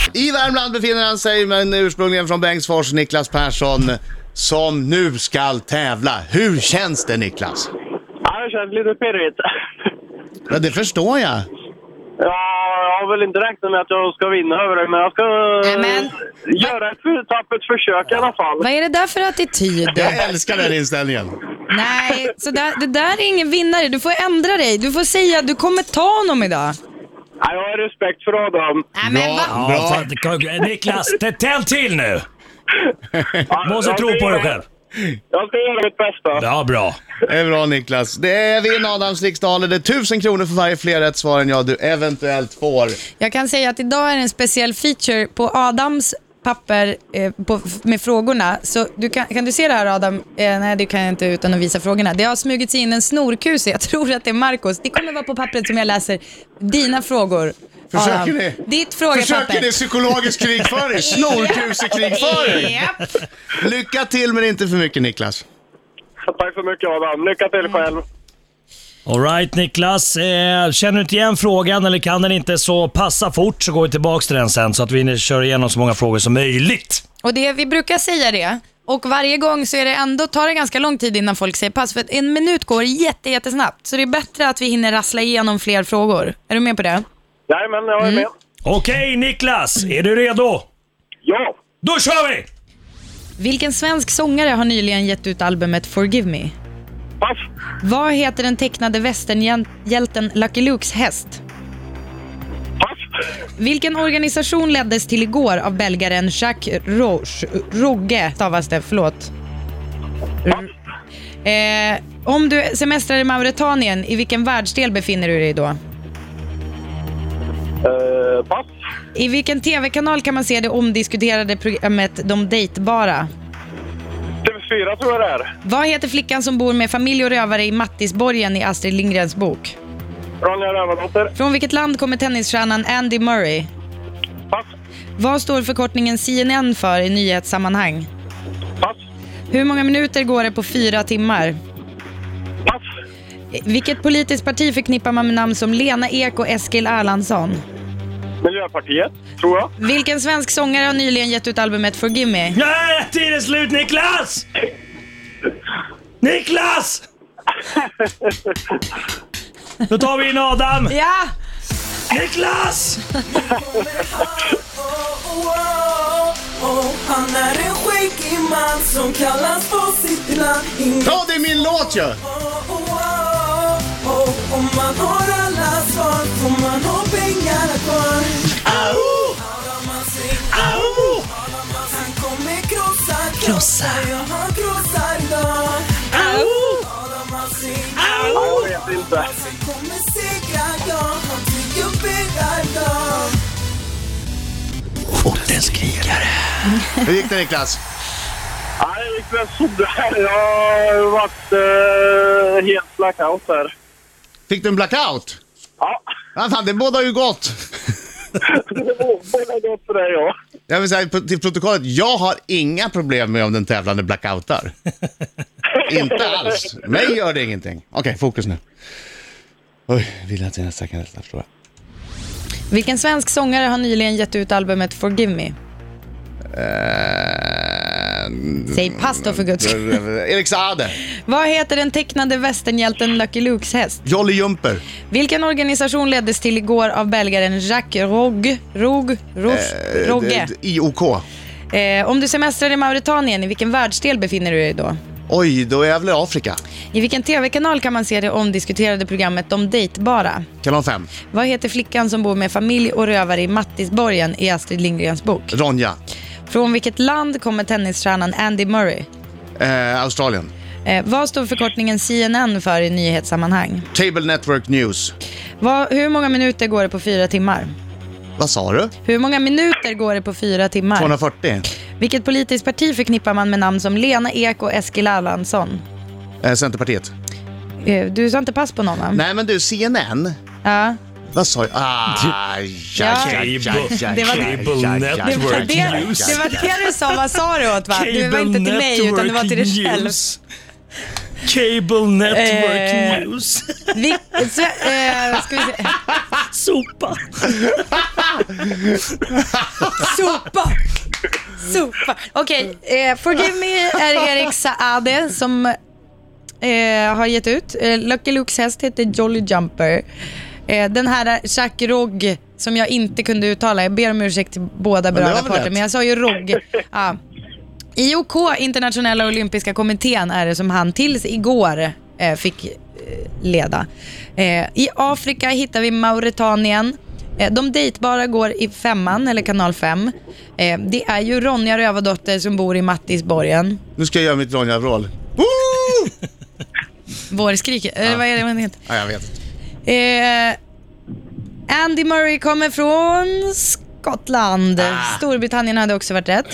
I Värmland befinner han sig, men ursprungligen från Bengtsfors, Niklas Persson, som nu ska tävla. Hur känns det, Niklas? Ja, det känns lite pirrigt. Ja, det förstår jag. Ja, jag har väl inte räknat med att jag ska vinna över det, men jag ska göra ett tappert försök i alla fall. Vad är det där för attityd? Jag älskar den inställningen. Nej, så det där är ingen vinnare. Du får ändra dig. Du får säga att du kommer ta honom idag. Ja, jag har respekt för Adam. Bra. Niklas, tänd till nu. Måste tro på dig själv. Jag ska göra mitt bästa. Ja, bra. Det är bra, Niklas. Det är Vinn Adams riksdaler. Det är 1000 kronor för varje fler rätt svar än jag du eventuellt får. Jag kan säga att idag är det en speciell feature på Adams papper med frågorna. Så kan du se det här, Adam? Nej, det kan jag inte utan att visa frågorna. Det har smugit sig in en snorkus. Jag tror att det är Marcos. Det kommer vara på pappret som jag läser dina frågor. Försöker ni? Ditt frågepapper. Försöker ni psykologisk krigföring? Snorkusekrigföring? Yep. Lycka till, men inte för mycket, Niklas. Tack så mycket, Adam. Lycka till själv. All right, Niklas. Känner du inte igen frågan eller kan den inte, så passa fort så går vi tillbaka till den sen så att vi kör igenom så många frågor som möjligt. Och vi brukar säga det. Och varje gång så är det ändå, tar det ganska lång tid innan folk säger pass. För att en minut går jättesnabbt. Så det är bättre att vi hinner rassla igenom fler frågor. Är du med på det? Jajamän, jag är med. Okej, Niklas. Är du redo? Ja. Då kör vi! Vilken svensk sångare har nyligen gett ut albumet Forgive Me? Pass. Vad heter den tecknade västernhjälten Lucky Lukes häst? Pass. Vilken organisation leddes till igår av belgaren Jacques Rogge? Stavas det, förlåt. Om du semestrar i Mauretanien, i vilken världsdel befinner du dig då? Pass. I vilken tv-kanal kan man se det omdiskuterade programmet De Dejtbara? TV4 tror jag det är. Vad heter flickan som bor med familj och rövare i Mattisborgen i Astrid Lindgrens bok? Ronja Rövardotter. Från vilket land kommer tennisstjärnan Andy Murray? Pass. Vad står förkortningen CNN för i nyhetssammanhang? Pass. Hur många minuter går det på 4 timmar? Pass. Vilket politiskt parti förknippar man med namn som Lena Ek och Eskil Erlandsson? Miljöpartiet, tror jag. Vilken svensk sångare har nyligen gett ut albumet Forgive Me? Nej, tiden är slut, Niklas! Niklas! Då tar vi in Adam. Ja! Niklas! Han är en skäggig man som kallas på sitt namn. Ja, det är min låt ju! Om man har alla svar får man ha pengarna kvar. Au! Au! Han kommer krossa. Han krossar idag. Au! Jag vet inte. Han kommer segra, ja. Han tycker upp idag. Ortens krigare. Hur gick det, Niklas? Ja, det gick väl sådär. Jag har varit helt blackout där. Fick du en blackout? Ja. Ja, fan, det båda ju gott. Det var gott för dig, ja. Jag vill säga till protokollet, jag har inga problem med om den tävlande blackoutar. Inte alls. Mig gör det ingenting. Okej, fokus nu. Oj, vill jag till nästa kan jag förstå. Vilken svensk sångare har nyligen gett ut albumet Forgive Me? Säg pass då för guds skull. Erik Saade. Vad heter den tecknade västernhjälten Lucky Lukes häst? Jolly Jumper. Vilken organisation leddes till igår av belgaren Jacques Rogge? IOK. Om du semestrar i Mauretanien, i vilken världsdel befinner du dig då? Oj, då är jag väl i Afrika. I vilken tv-kanal kan man se det omdiskuterade programmet De Dejtbara? Kanal 5. Vad heter flickan som bor med familj och rövare i Mattisborgen i Astrid Lindgrens bok? Ronja. Från vilket land kommer tennisstjärnan Andy Murray? Australien. Vad står förkortningen CNN för i nyhetssammanhang? Cable Network News. Hur många minuter går det på 4 timmar? Vad sa du? Hur många minuter går det på 4 timmar? 240. Vilket politiskt parti förknippar man med namn som Lena Ek och Eskil Erlandsson? Centerpartiet. Du sa inte pass på någon, va? Nej, men du, CNN. Ja. Vad sa jag? Det var det du sa. Vad sa du åt, va? Du var inte till mig utan det var till dig själv. Cable Network News. Ska vi se. Sopa. Sopa. Okej, Forgive Me är Erik Saade som har gett ut. Lucky Lukes häst heter Jolly Jumper. Den här Jack Rogg som jag inte kunde uttala. Jag ber om ursäkt till båda berörda parter, men jag sa ju Rogg. Ja. IOK, Internationella Olympiska Kommittén, är det som han tills igår fick leda. I Afrika hittar vi Mauretanien. De dejtbara går i 5:an eller kanal 5. Det är ju Ronja Rövardotter som bor i Mattisborgen. Nu ska jag göra mitt Ronja-vrål. Vårskrik, vad är det man heter? Ja, jag vet. Andy Murray kommer från Skottland. Storbritannien hade också varit rätt.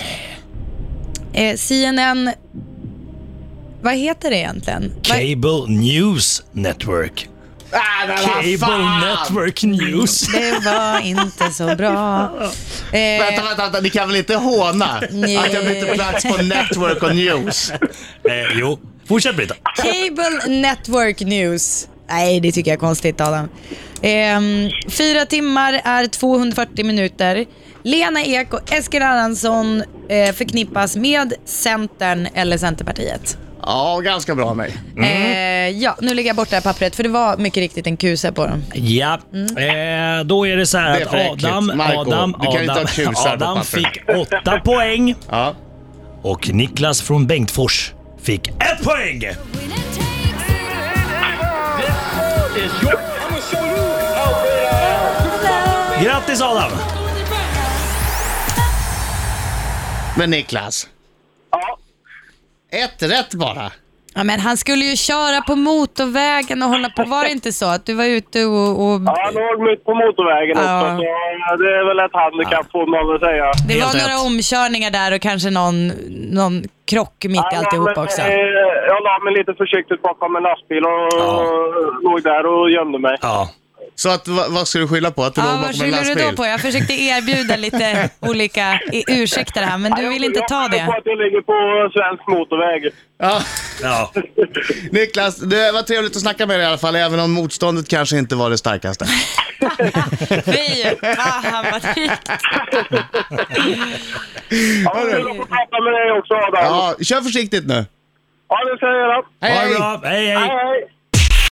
CNN, vad heter det egentligen? Cable News Network. Cable Network News. Det var inte så bra. Vänta, ni kan väl inte håna att jag bytte plats på Network och News? Jo, fortsätt Britta. Cable Network News. Nej, det tycker jag är konstigt, Adam. 4 timmar är 240 minuter. Lena Ek och Eskil Erlandsson förknippas med Centern eller Centerpartiet. Ja, ganska bra av mig. Ja, nu lägger jag bort det här pappret för det var mycket riktigt en kuse på dem. Ja, då är det så här att Adam fick 8 poäng. Ja. Och Niklas från Bengtfors fick 1 poäng. Grattis Adam! Men Niklas. Ja. 1 rätt bara. Ja, men han skulle ju köra på motorvägen och hålla på. Var det inte så att du var ute och... Ja, han låg mitt på motorvägen också. Så det är väl ett handikapp får man väl säga. Det var Helt några rätt. omkörningar där och kanske någon krock mitt i alltihop också. Jag la mig lite försiktigt bakom en lastbil och låg där och gömde mig. Ja. Så att, vad ska du skylla på? Att du låg Vad bakom en skyller du lastbil? då på? Jag försökte erbjuda lite olika ursäkter här, men du vill inte ta det. Jag på att jag ligger på svensk motorväg. Ja. Ja. Niklas, det var trevligt att snacka med dig i alla fall, även om motståndet kanske inte var det starkaste. Fy, fan vad tryggt. Ja, jag vill prata med dig också, Adam. Ja, kör försiktigt nu. Ja, det ska jag göra. Ha det bra. Hej, hej. Hej, hej.